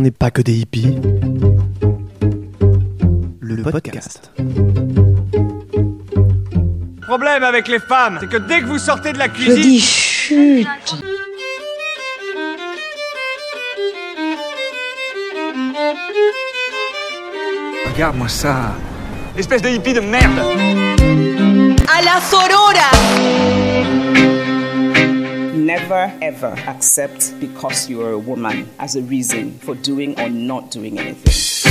n'est pas que des hippies. Le podcast. Problème avec les femmes, c'est que dès que vous sortez de la cuisine... Je dis chut. Regarde-moi ça. Espèce de hippie de merde. À la Sorora. Never ever accept because you are a woman as a reason for doing or not doing anything.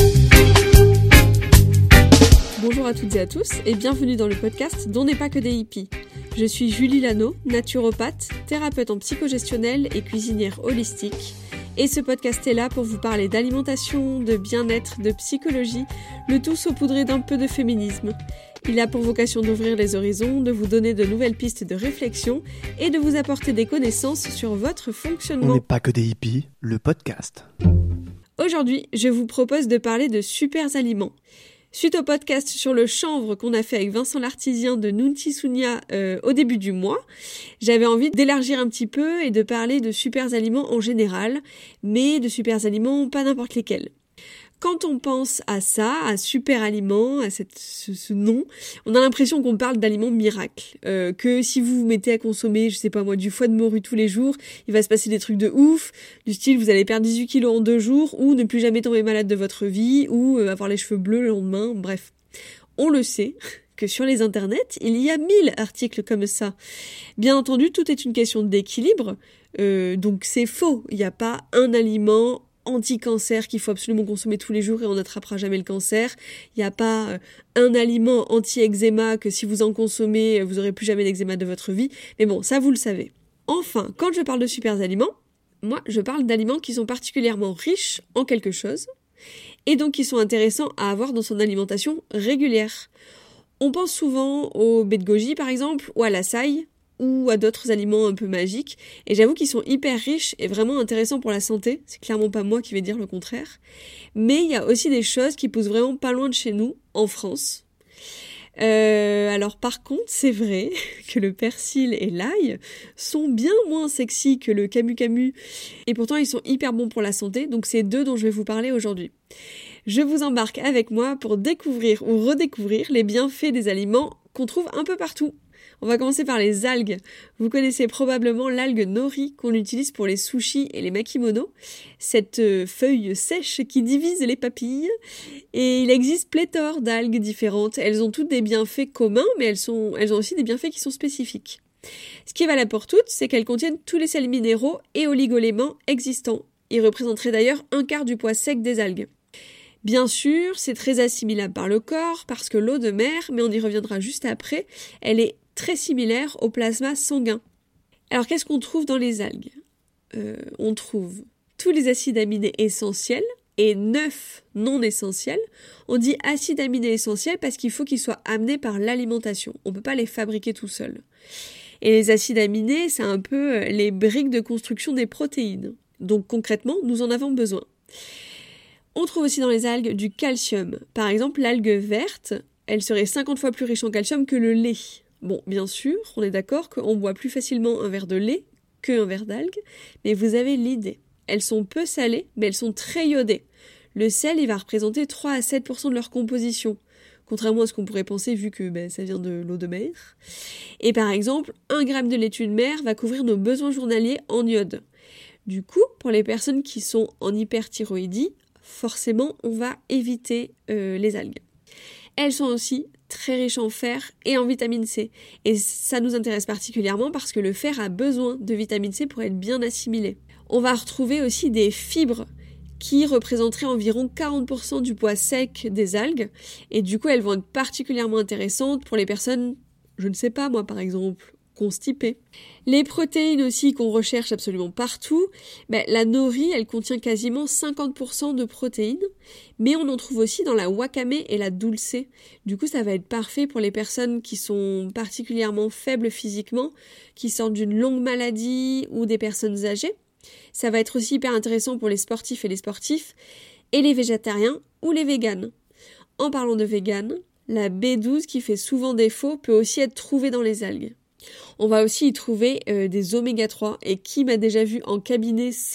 Bonjour à toutes et à tous et bienvenue dans le podcast dont n'est pas que des hippies. Je suis Julie Lano, naturopathe, thérapeute en psychogestionnelle et cuisinière holistique. Et ce podcast est là pour vous parler d'alimentation, de bien-être, de psychologie, le tout saupoudré d'un peu de féminisme. Il a pour vocation d'ouvrir les horizons, de vous donner de nouvelles pistes de réflexion et de vous apporter des connaissances sur votre fonctionnement. On n'est pas que des hippies, le podcast. Aujourd'hui, je vous propose de parler de super aliments. Suite au podcast sur le chanvre qu'on a fait avec Vincent Lartisien de Nunti Sunia au début du mois, j'avais envie d'élargir un petit peu et de parler de super aliments en général, mais de super aliments pas n'importe lesquels. Quand on pense à ça, à super aliments, à ce nom, on a l'impression qu'on parle d'aliments miracles. Que si vous vous mettez à consommer, je sais pas moi, du foie de morue tous les jours, il va se passer des trucs de ouf, du style vous allez perdre 18 kilos en 2 jours, ou ne plus jamais tomber malade de votre vie, ou avoir les cheveux bleus le lendemain, bref. On le sait que sur les internets, il y a 1000 articles comme ça. Bien entendu, tout est une question d'équilibre, donc c'est faux. Il n'y a pas un aliment anti-cancer qu'il faut absolument consommer tous les jours et on n'attrapera jamais le cancer. Il n'y a pas un aliment anti-eczéma que si vous en consommez, vous n'aurez plus jamais d'eczéma de votre vie. Mais bon, ça vous le savez. Enfin, quand je parle de super aliments, moi je parle d'aliments qui sont particulièrement riches en quelque chose et donc qui sont intéressants à avoir dans son alimentation régulière. On pense souvent au baies de goji par exemple, ou à l'açaï, ou à d'autres aliments un peu magiques, et j'avoue qu'ils sont hyper riches et vraiment intéressants pour la santé, c'est clairement pas moi qui vais dire le contraire, mais il y a aussi des choses qui poussent vraiment pas loin de chez nous, en France. Alors par contre, c'est vrai que le persil et l'ail sont bien moins sexy que le camu-camu, et pourtant ils sont hyper bons pour la santé, donc c'est deux dont je vais vous parler aujourd'hui. Je vous embarque avec moi pour découvrir ou redécouvrir les bienfaits des aliments qu'on trouve un peu partout. On va commencer par les algues. Vous connaissez probablement l'algue nori qu'on utilise pour les sushis et les makimono, cette feuille sèche qui divise les papilles. Et il existe pléthore d'algues différentes. Elles ont toutes des bienfaits communs, mais elles ont aussi des bienfaits qui sont spécifiques. Ce qui est valable pour toutes, c'est qu'elles contiennent tous les sels minéraux et oligoéléments existants. Ils représenteraient d'ailleurs un quart du poids sec des algues. Bien sûr, c'est très assimilable par le corps, parce que l'eau de mer, mais on y reviendra juste après, elle est très similaire au plasma sanguin. Alors qu'est-ce qu'on trouve dans les algues ? On trouve tous les acides aminés essentiels et 9 non essentiels. On dit acides aminés essentiels parce qu'il faut qu'ils soient amenés par l'alimentation. On ne peut pas les fabriquer tout seul. Et les acides aminés, c'est un peu les briques de construction des protéines. Donc concrètement, nous en avons besoin. On trouve aussi dans les algues du calcium. Par exemple, l'algue verte, elle serait 50 fois plus riche en calcium que le lait. Bon, bien sûr, on est d'accord qu'on boit plus facilement un verre de lait qu'un verre d'algues, mais vous avez l'idée. Elles sont peu salées, mais elles sont très iodées. Le sel, il va représenter 3 à 7% de leur composition, contrairement à ce qu'on pourrait penser vu que ça vient de l'eau de mer. Et par exemple, 1 gramme de laitue de mer va couvrir nos besoins journaliers en iode. Du coup, pour les personnes qui sont en hyperthyroïdie, forcément, on va éviter les algues. Elles sont aussi très riches en fer et en vitamine C. Et ça nous intéresse particulièrement parce que le fer a besoin de vitamine C pour être bien assimilé. On va retrouver aussi des fibres qui représenteraient environ 40% du poids sec des algues. Et du coup, elles vont être particulièrement intéressantes pour les personnes, je ne sais pas moi par exemple, constipées. Les protéines aussi qu'on recherche absolument partout, la nori, elle contient quasiment 50% de protéines, mais on en trouve aussi dans la wakame et la dulce. Du coup, ça va être parfait pour les personnes qui sont particulièrement faibles physiquement, qui sortent d'une longue maladie ou des personnes âgées. Ça va être aussi hyper intéressant pour les sportifs et les végétariens ou les véganes. En parlant de véganes, la B12 qui fait souvent défaut peut aussi être trouvée dans les algues. On va aussi y trouver des oméga 3 et qui m'a déjà vu en cabinet sait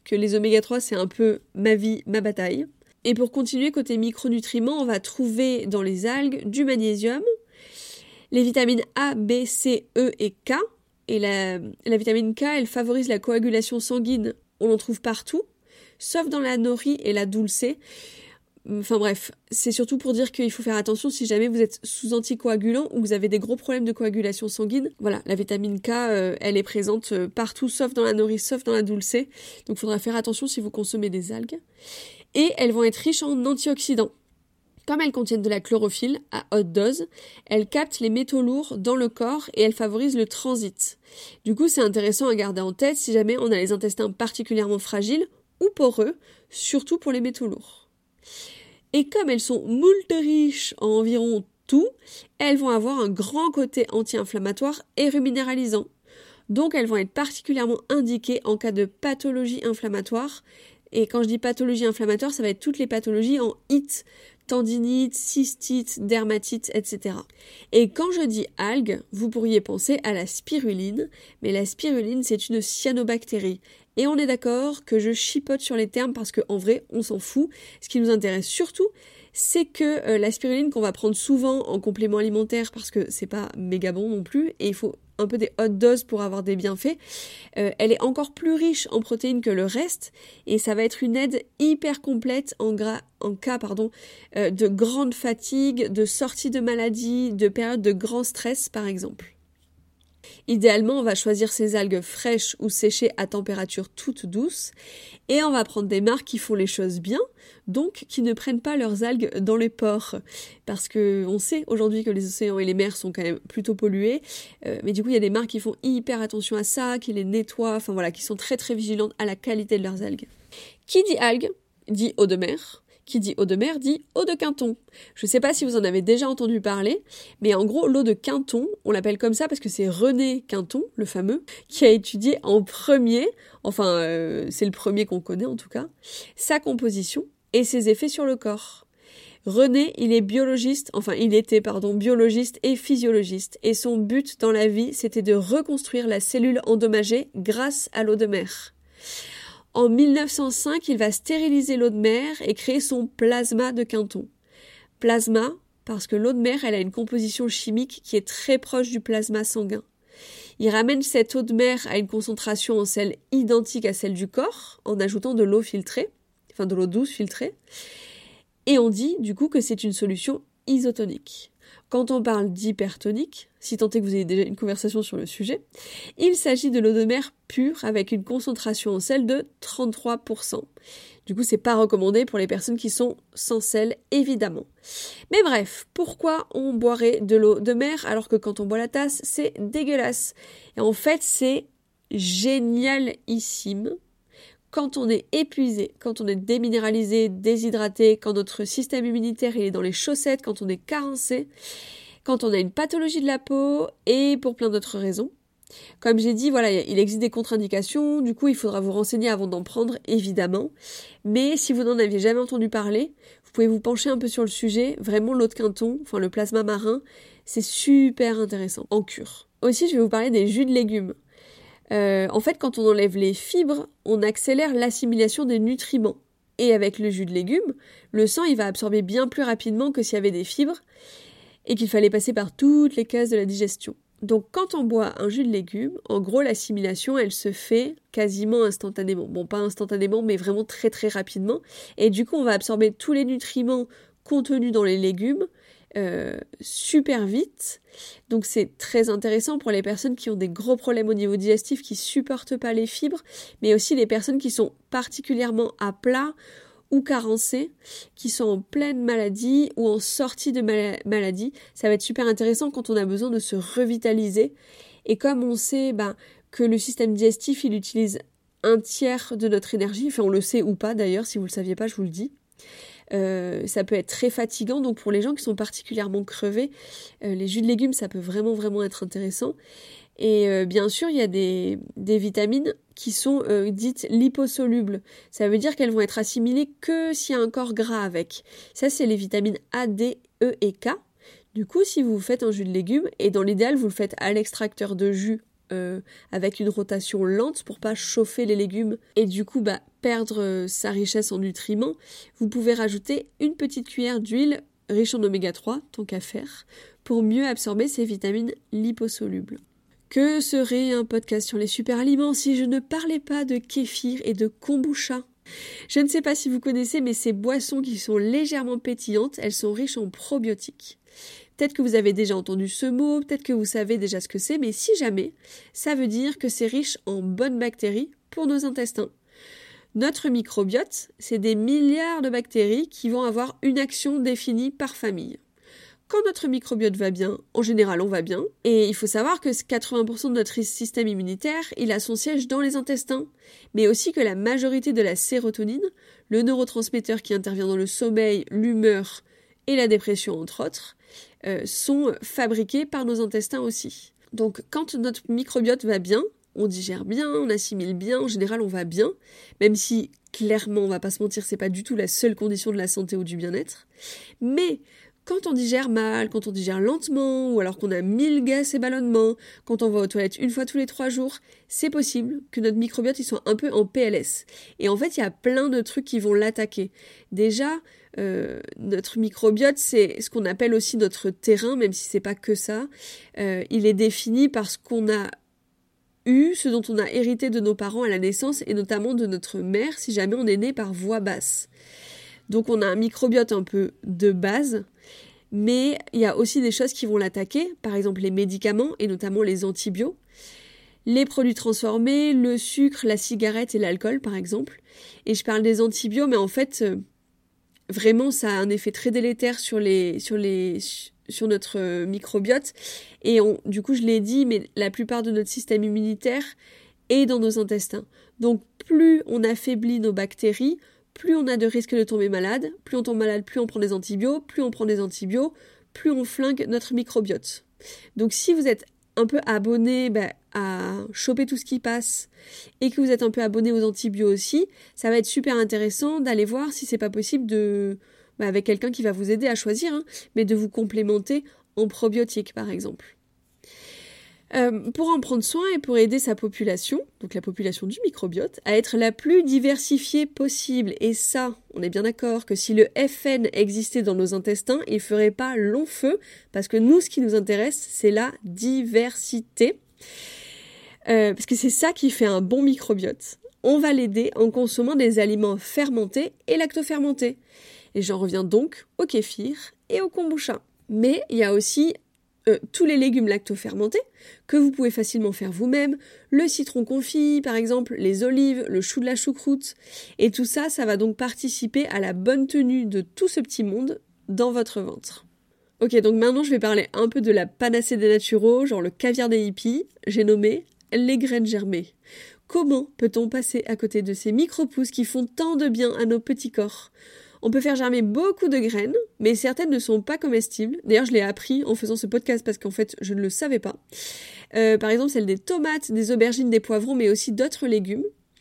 que les oméga 3 c'est un peu ma vie, ma bataille. Et pour continuer côté micronutriments, on va trouver dans les algues du magnésium, les vitamines A, B, C, E et K. Et la vitamine K, elle favorise la coagulation sanguine. On en trouve partout, sauf dans la nori et la dulce. Enfin bref, c'est surtout pour dire qu'il faut faire attention si jamais vous êtes sous anticoagulant ou vous avez des gros problèmes de coagulation sanguine. Voilà, la vitamine K, elle est présente partout, sauf dans la nori, sauf dans la dulce. Donc il faudra faire attention si vous consommez des algues. Et elles vont être riches en antioxydants. Comme elles contiennent de la chlorophylle à haute dose, elles captent les métaux lourds dans le corps et elles favorisent le transit. Du coup, c'est intéressant à garder en tête si jamais on a les intestins particulièrement fragiles ou poreux, surtout pour les métaux lourds. Et comme elles sont moult riches en environ tout, elles vont avoir un grand côté anti-inflammatoire et reminéralisant. Donc elles vont être particulièrement indiquées en cas de pathologie inflammatoire. Et quand je dis pathologie inflammatoire, ça va être toutes les pathologies en IT, tendinite, cystite, dermatite, etc. Et quand je dis algues, vous pourriez penser à la spiruline, mais la spiruline c'est une cyanobactérie. Et on est d'accord que je chipote sur les termes parce qu'en vrai, on s'en fout. Ce qui nous intéresse surtout, c'est que la spiruline qu'on va prendre souvent en complément alimentaire parce que c'est pas méga bon non plus et il faut un peu des hautes doses pour avoir des bienfaits, elle est encore plus riche en protéines que le reste et ça va être une aide hyper complète en cas de grande fatigue, de sortie de maladie, de période de grand stress par exemple. Idéalement, on va choisir ces algues fraîches ou séchées à température toute douce et on va prendre des marques qui font les choses bien, donc qui ne prennent pas leurs algues dans les ports. Parce qu'on sait aujourd'hui que les océans et les mers sont quand même plutôt pollués, mais du coup il y a des marques qui font hyper attention à ça, qui les nettoient, enfin voilà, qui sont très très vigilantes à la qualité de leurs algues. Qui dit algues dit eau de mer. Qui dit eau de mer dit eau de Quinton. Je ne sais pas si vous en avez déjà entendu parler, mais en gros, l'eau de Quinton, on l'appelle comme ça parce que c'est René Quinton, le fameux, qui a étudié en premier, c'est le premier qu'on connaît en tout cas, sa composition et ses effets sur le corps. René, il était biologiste et physiologiste, et son but dans la vie, c'était de reconstruire la cellule endommagée grâce à l'eau de mer. En 1905, il va stériliser l'eau de mer et créer son plasma de Quinton. Plasma, parce que l'eau de mer, elle a une composition chimique qui est très proche du plasma sanguin. Il ramène cette eau de mer à une concentration en sel identique à celle du corps, en ajoutant de l'eau filtrée, de l'eau douce filtrée. Et on dit, du coup, que c'est une solution isotonique. Quand on parle d'hypertonique, si tant est que vous ayez déjà une conversation sur le sujet, il s'agit de l'eau de mer pure avec une concentration en sel de 33%. Du coup, c'est pas recommandé pour les personnes qui sont sans sel, évidemment. Mais bref, pourquoi on boirait de l'eau de mer alors que quand on boit la tasse, c'est dégueulasse? Et en fait, c'est génialissime. Quand on est épuisé, quand on est déminéralisé, déshydraté, quand notre système immunitaire il est dans les chaussettes, quand on est carencé, quand on a une pathologie de la peau et pour plein d'autres raisons. Comme j'ai dit, voilà, il existe des contre-indications, du coup il faudra vous renseigner avant d'en prendre, évidemment. Mais si vous n'en aviez jamais entendu parler, vous pouvez vous pencher un peu sur le sujet. Vraiment, l'eau de Quinton, le plasma marin, c'est super intéressant en cure. Aussi, je vais vous parler des jus de légumes. En fait, quand on enlève les fibres, on accélère l'assimilation des nutriments. Et avec le jus de légumes, le sang il va absorber bien plus rapidement que s'il y avait des fibres et qu'il fallait passer par toutes les cases de la digestion. Donc quand on boit un jus de légumes, en gros l'assimilation elle se fait quasiment instantanément. Bon, pas instantanément, mais vraiment très très rapidement. Et du coup on va absorber tous les nutriments contenus dans les légumes super vite. Donc c'est très intéressant pour les personnes qui ont des gros problèmes au niveau digestif, qui supportent pas les fibres, mais aussi les personnes qui sont particulièrement à plat ou carencées, qui sont en pleine maladie ou en sortie de maladie. Ça va être super intéressant quand on a besoin de se revitaliser. Et comme on sait que le système digestif, il utilise 1/3 de notre énergie, on le sait ou pas d'ailleurs, si vous le saviez pas, je vous le dis. Ça peut être très fatigant, donc pour les gens qui sont particulièrement crevés, les jus de légumes ça peut vraiment vraiment être intéressant. Et bien sûr il y a des vitamines qui sont dites liposolubles, ça veut dire qu'elles vont être assimilées que s'il y a un corps gras avec. Ça c'est les vitamines A, D, E et K. Du coup si vous faites un jus de légumes, et dans l'idéal vous le faites à l'extracteur de jus avec une rotation lente pour pas chauffer les légumes et du coup perdre sa richesse en nutriments, vous pouvez rajouter une petite cuillère d'huile riche en oméga 3, tant qu'à faire, pour mieux absorber ces vitamines liposolubles. Que serait un podcast sur les super aliments si je ne parlais pas de kéfir et de kombucha ? Je ne sais pas si vous connaissez, mais ces boissons qui sont légèrement pétillantes, elles sont riches en probiotiques. Peut-être que vous avez déjà entendu ce mot, peut-être que vous savez déjà ce que c'est, mais si jamais, ça veut dire que c'est riche en bonnes bactéries pour nos intestins. Notre microbiote, c'est des milliards de bactéries qui vont avoir une action définie par famille. Quand notre microbiote va bien, en général on va bien, et il faut savoir que 80% de notre système immunitaire, il a son siège dans les intestins, mais aussi que la majorité de la sérotonine, le neurotransmetteur qui intervient dans le sommeil, l'humeur et la dépression entre autres, sont fabriqués par nos intestins aussi. Donc quand notre microbiote va bien, on digère bien, on assimile bien, en général on va bien, même si clairement on va pas se mentir, c'est pas du tout la seule condition de la santé ou du bien-être, mais quand on digère mal, quand on digère lentement, ou alors qu'on a 1000 gaz et ballonnements, quand on va aux toilettes une fois tous les 3 jours, c'est possible que notre microbiote il soit un peu en PLS. Et en fait, il y a plein de trucs qui vont l'attaquer. Déjà, notre microbiote, c'est ce qu'on appelle aussi notre terrain, même si c'est pas que ça. Il est défini par ce qu'on a eu, ce dont on a hérité de nos parents à la naissance, et notamment de notre mère, si jamais on est né par voie basse. Donc on a un microbiote un peu de base, mais il y a aussi des choses qui vont l'attaquer, par exemple les médicaments et notamment les antibiotiques, les produits transformés, le sucre, la cigarette et l'alcool par exemple. Et je parle des antibiotiques, mais en fait, vraiment ça a un effet très délétère sur notre microbiote. Et du coup je l'ai dit, mais la plupart de notre système immunitaire est dans nos intestins. Donc plus on affaiblit nos bactéries, plus on a de risques de tomber malade, plus on tombe malade, plus on prend des antibiotiques, plus on prend des antibiotiques, plus on flingue notre microbiote. Donc si vous êtes un peu abonné à choper tout ce qui passe et que vous êtes un peu abonné aux antibiotiques aussi, ça va être super intéressant d'aller voir si c'est pas possible avec quelqu'un qui va vous aider à choisir, mais de vous complémenter en probiotiques par exemple. Pour en prendre soin et pour aider sa population, donc la population du microbiote, à être la plus diversifiée possible. Et ça, on est bien d'accord que si le FN existait dans nos intestins, il ferait pas long feu, parce que nous, ce qui nous intéresse, c'est la diversité. Parce que c'est ça qui fait un bon microbiote. On va l'aider en consommant des aliments fermentés et lactofermentés. Et j'en reviens donc au kéfir et au kombucha. Mais il y a aussi tous les légumes lactofermentés que vous pouvez facilement faire vous-même, le citron confit par exemple, les olives, le chou de la choucroute, et tout ça, ça va donc participer à la bonne tenue de tout ce petit monde dans votre ventre. Ok, donc maintenant je vais parler un peu de la panacée des naturaux, genre le caviar des hippies, j'ai nommé les graines germées. Comment peut-on passer à côté de ces micro-pousses qui font tant de bien à nos petits corps ? On peut faire germer beaucoup de graines, mais certaines ne sont pas comestibles. D'ailleurs, je l'ai appris en faisant ce podcast parce qu'en fait, je ne le savais pas. Par exemple, celles des tomates, des aubergines, des poivrons, mais aussi d'autres légumes.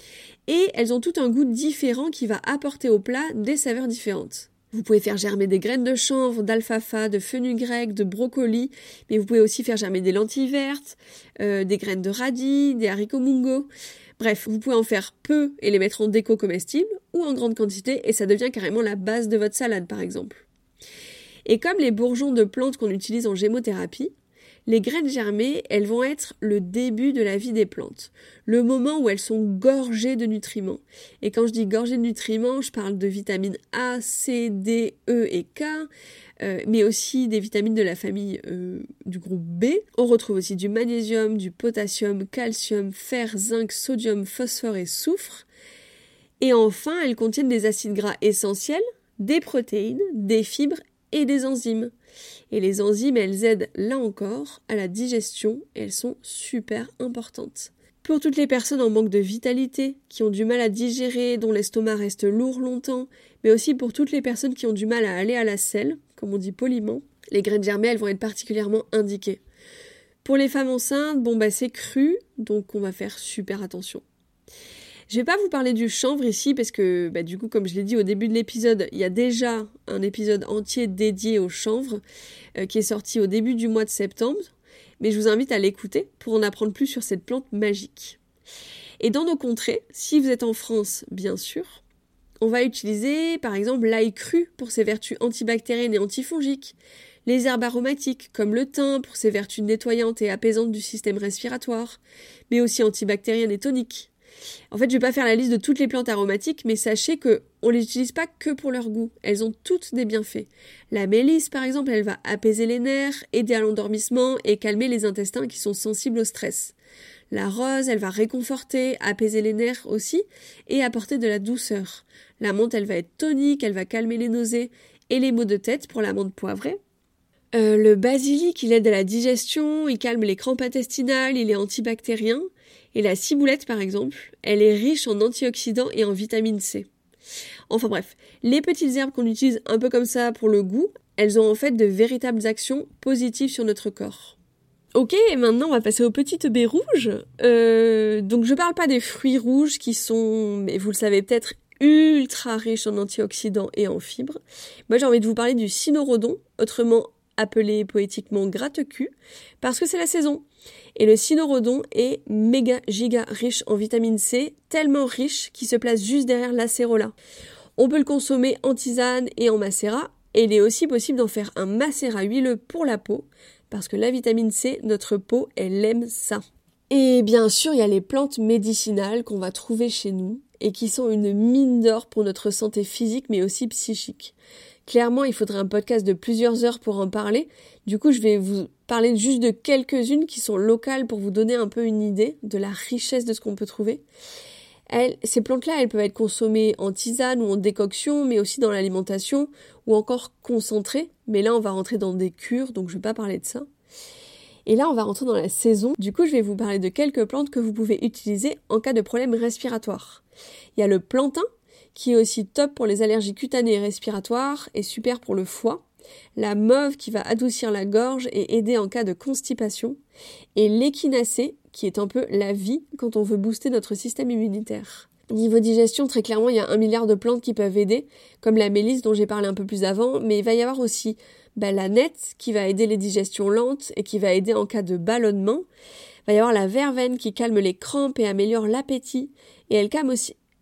Et elles ont tout un goût différent qui va apporter au plat des saveurs différentes. Vous pouvez faire germer des graines de chanvre, d'alfalfa, de fenugrec, de brocoli, mais vous pouvez aussi faire germer des lentilles vertes, des graines de radis, des haricots mungo. Bref, vous pouvez en faire peu et les mettre en déco comestible ou en grande quantité et ça devient carrément la base de votre salade par exemple. Et comme les bourgeons de plantes qu'on utilise en gémothérapie, les graines germées, elles vont être le début de la vie des plantes, le moment où elles sont gorgées de nutriments. Et quand je dis gorgées de nutriments, je parle de vitamines A, C, D, E et K, mais aussi des vitamines de la famille du groupe B. On retrouve aussi du magnésium, du potassium, calcium, fer, zinc, sodium, phosphore et soufre. Et enfin, elles contiennent des acides gras essentiels, des protéines, des fibres et des enzymes. Et les enzymes, elles aident là encore à la digestion et elles sont super importantes. Pour toutes les personnes en manque de vitalité, qui ont du mal à digérer, dont l'estomac reste lourd longtemps, mais aussi pour toutes les personnes qui ont du mal à aller à la selle, comme on dit poliment, les graines germées, elles vont être particulièrement indiquées. Pour les femmes enceintes, c'est cru, donc on va faire super attention. Je vais pas vous parler du chanvre ici parce que du coup, comme je l'ai dit au début de l'épisode, il y a déjà un épisode entier dédié au chanvre qui est sorti au début du mois de septembre. mais je vous invite à l'écouter pour en apprendre plus sur cette plante magique. Et dans nos contrées, si vous êtes en France, bien sûr, on va utiliser par exemple l'ail cru pour ses vertus antibactériennes et antifongiques, les herbes aromatiques comme le thym pour ses vertus nettoyantes et apaisantes du système respiratoire, mais aussi antibactériennes et toniques. En fait, je vais pas faire la liste de toutes les plantes aromatiques, mais sachez qu'on les utilise pas que pour leur goût. Elles ont toutes des bienfaits. La mélisse, par exemple, elle va apaiser les nerfs, aider à l'endormissement et calmer les intestins qui sont sensibles au stress. La rose, elle va réconforter, apaiser les nerfs aussi et apporter de la douceur. La menthe, elle va être tonique, elle va calmer les nausées et les maux de tête pour la menthe poivrée. Le basilic, il aide à la digestion, il calme les crampes intestinales, il est antibactérien. Et la ciboulette, par exemple, elle est riche en antioxydants et en vitamine C. Enfin bref, les petites herbes qu'on utilise un peu comme ça pour le goût, elles ont en fait de véritables actions positives sur notre corps. Ok, et maintenant on va passer aux petites baies rouges. Donc je parle pas des fruits rouges qui sont, mais vous le savez peut-être, ultra riches en antioxydants et en fibres. Moi j'ai envie de vous parler du cynorrhodon, autrement appelé poétiquement gratte-cul, parce que c'est la saison. Et le cynorrhodon est méga giga riche en vitamine C, tellement riche qu'il se place juste derrière l'acérola. On peut le consommer en tisane et en macérat, et il est aussi possible d'en faire un macérat huileux pour la peau, parce que la vitamine C, notre peau, elle aime ça. Et bien sûr, il y a les plantes médicinales qu'on va trouver chez nous, et qui sont une mine d'or pour notre santé physique, mais aussi psychique. Clairement, il faudrait un podcast de plusieurs heures pour en parler. Du coup, je vais vous parler juste de quelques-unes qui sont locales pour vous donner un peu une idée de la richesse de ce qu'on peut trouver. Ces plantes-là, elles peuvent être consommées en tisane ou en décoction, mais aussi dans l'alimentation ou encore concentrées. Mais là, on va rentrer dans des cures, donc je ne vais pas parler de ça. Et là, on va rentrer dans la saison. Du coup, je vais vous parler de quelques plantes que vous pouvez utiliser en cas de problème respiratoire. Il y a le plantain, qui est aussi top pour les allergies cutanées et respiratoires et super pour le foie. La mauve qui va adoucir la gorge et aider en cas de constipation. Et l'échinacée qui est un peu la vie quand on veut booster notre système immunitaire. Niveau digestion, très clairement, il y a 1 milliard de plantes qui peuvent aider, comme la mélisse dont j'ai parlé un peu plus avant, mais il va y avoir aussi la nette qui va aider les digestions lentes et qui va aider en cas de ballonnement. Il va y avoir la verveine qui calme les crampes et améliore l'appétit, et elle calme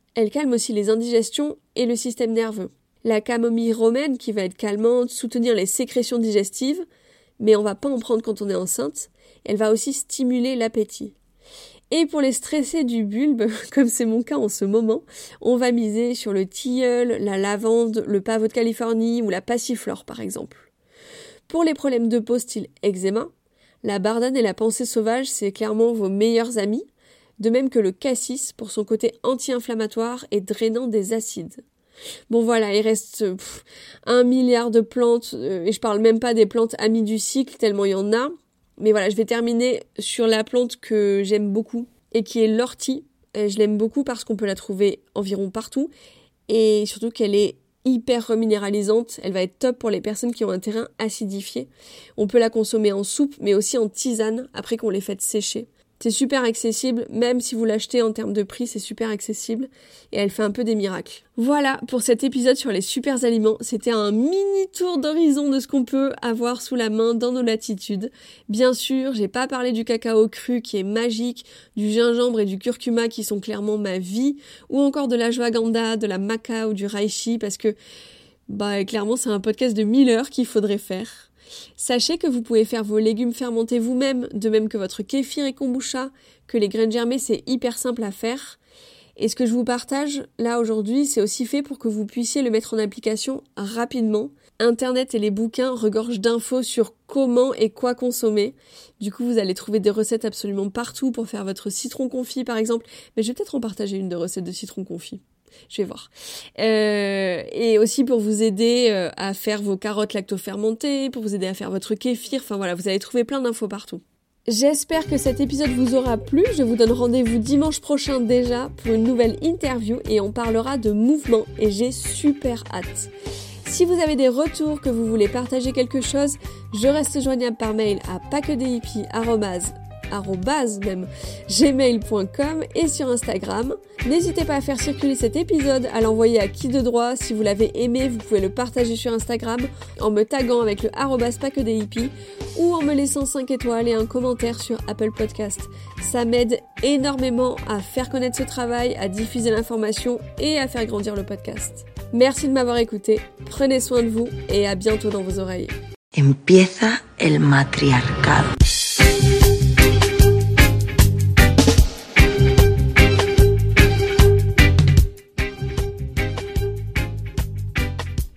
aussi les indigestions et le système nerveux. La camomille romaine qui va être calmante, soutenir les sécrétions digestives, mais on va pas en prendre quand on est enceinte. Elle va aussi stimuler l'appétit. Et pour les stressés du bulbe, comme c'est mon cas en ce moment, on va miser sur le tilleul, la lavande, le pavot de Californie ou la passiflore par exemple. Pour les problèmes de peau style eczéma, la bardane et la pensée sauvage, c'est clairement vos meilleurs amis, de même que le cassis pour son côté anti-inflammatoire et drainant des acides. Bon voilà, il reste 1 milliard de plantes, et je parle même pas des plantes amies du cycle, tellement il y en a. Mais voilà, je vais terminer sur la plante que j'aime beaucoup, et qui est l'ortie. Je l'aime beaucoup parce qu'on peut la trouver environ partout, et surtout qu'elle est hyper reminéralisante. Elle va être top pour les personnes qui ont un terrain acidifié. On peut la consommer en soupe, mais aussi en tisane, après qu'on l'ait faite sécher. C'est super accessible, même si vous l'achetez en termes de prix, c'est super accessible et elle fait un peu des miracles. Voilà pour cet épisode sur les super aliments. C'était un mini tour d'horizon de ce qu'on peut avoir sous la main dans nos latitudes. Bien sûr, j'ai pas parlé du cacao cru qui est magique, du gingembre et du curcuma qui sont clairement ma vie, ou encore de l'ashwagandha, de la maca ou du reishi parce que clairement c'est un podcast de 1000 heures qu'il faudrait faire. Sachez que vous pouvez faire vos légumes fermentés vous-même, de même que votre kéfir et kombucha, que les graines germées c'est hyper simple à faire. Et ce que je vous partage là aujourd'hui, c'est aussi fait pour que vous puissiez le mettre en application rapidement. Internet et les bouquins regorgent d'infos sur comment et quoi consommer. Du coup, vous allez trouver des recettes absolument partout pour faire votre citron confit par exemple. Mais je vais peut-être en partager une de recettes de citron confit. Je vais voir. Et aussi pour vous aider à faire vos carottes lacto-fermentées, pour vous aider à faire votre kéfir. Enfin voilà, vous allez trouver plein d'infos partout. J'espère que cet épisode vous aura plu. Je vous donne rendez-vous dimanche prochain déjà pour une nouvelle interview et on parlera de mouvement et j'ai super hâte. Si vous avez des retours, que vous voulez partager quelque chose, je reste joignable par mail à paquedehippies@ même, gmail.com et sur Instagram. N'hésitez pas à faire circuler cet épisode, à l'envoyer à qui de droit. Si vous l'avez aimé, vous pouvez le partager sur Instagram en me taguant avec le @pasquedeshippies ou en me laissant 5 étoiles et un commentaire sur Apple Podcast. Ça m'aide énormément à faire connaître ce travail, à diffuser l'information et à faire grandir le podcast. Merci de m'avoir écouté, prenez soin de vous et à bientôt dans vos oreilles. Empieza el matriarcado.